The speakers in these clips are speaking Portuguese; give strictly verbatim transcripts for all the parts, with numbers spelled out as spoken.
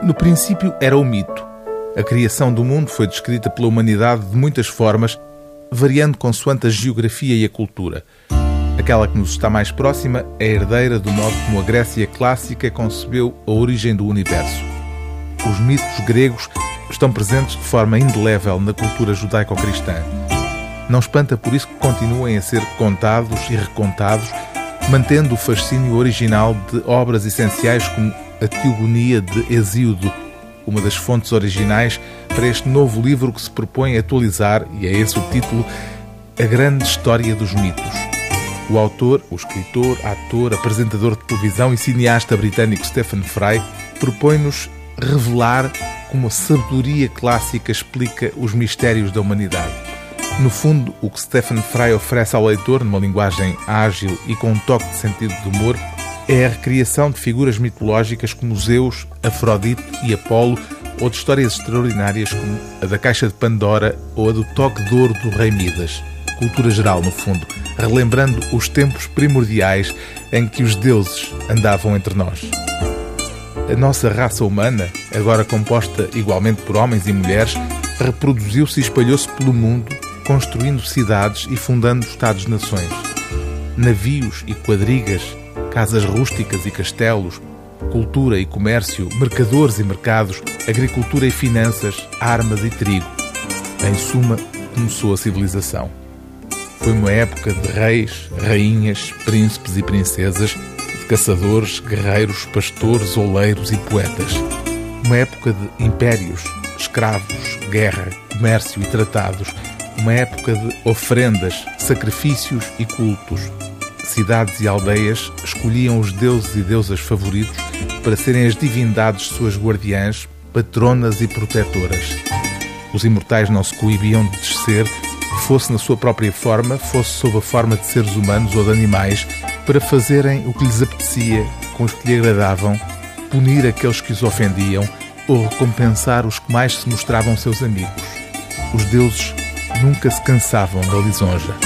No princípio era o mito. A criação do mundo foi descrita pela humanidade de muitas formas, variando consoante a geografia e a cultura. Aquela que nos está mais próxima é herdeira do modo como a Grécia clássica concebeu a origem do universo. Os mitos gregos estão presentes de forma indelével na cultura judaico-cristã. Não espanta por isso que continuem a ser contados e recontados, mantendo o fascínio original de obras essenciais como a Teogonia de Hesíodo, uma das fontes originais para este novo livro que se propõe atualizar, e é esse o título, A Grande História dos Mitos. O autor, o escritor, ator, apresentador de televisão e cineasta britânico Stephen Fry propõe-nos revelar como a sabedoria clássica explica os mistérios da humanidade. No fundo, o que Stephen Fry oferece ao leitor, numa linguagem ágil e com um toque de sentido de humor, é a recriação de figuras mitológicas como Zeus, Afrodite e Apolo, ou de histórias extraordinárias como a da Caixa de Pandora ou a do toque de ouro do Rei Midas. Cultura geral, no fundo, relembrando os tempos primordiais em que os deuses andavam entre nós. A nossa raça humana, agora composta igualmente por homens e mulheres, reproduziu-se e espalhou-se pelo mundo, construindo cidades e fundando Estados-nações. Navios e quadrigas, casas rústicas e castelos, cultura e comércio, mercadores e mercados, agricultura e finanças, armas e trigo. Em suma, começou a civilização. Foi uma época de reis, rainhas, príncipes e princesas, de caçadores, guerreiros, pastores, oleiros e poetas. Uma época de impérios, escravos, guerra, comércio e tratados. Uma época de ofrendas, sacrifícios e cultos. Cidades e aldeias escolhiam os deuses e deusas favoritos para serem as divindades suas guardiãs, patronas e protetoras. Os imortais não se coibiam de descer, fosse na sua própria forma, fosse sob a forma de seres humanos ou de animais, para fazerem o que lhes apetecia, com os que lhe agradavam, punir aqueles que os ofendiam ou recompensar os que mais se mostravam seus amigos. Os deuses nunca se cansavam da lisonja.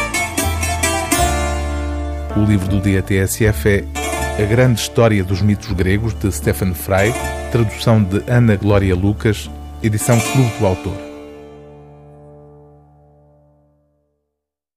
O livro do dia T S F é A Grande História dos Mitos Gregos, de Stephen Fry, tradução de Ana Glória Lucas, edição Clube do Autor.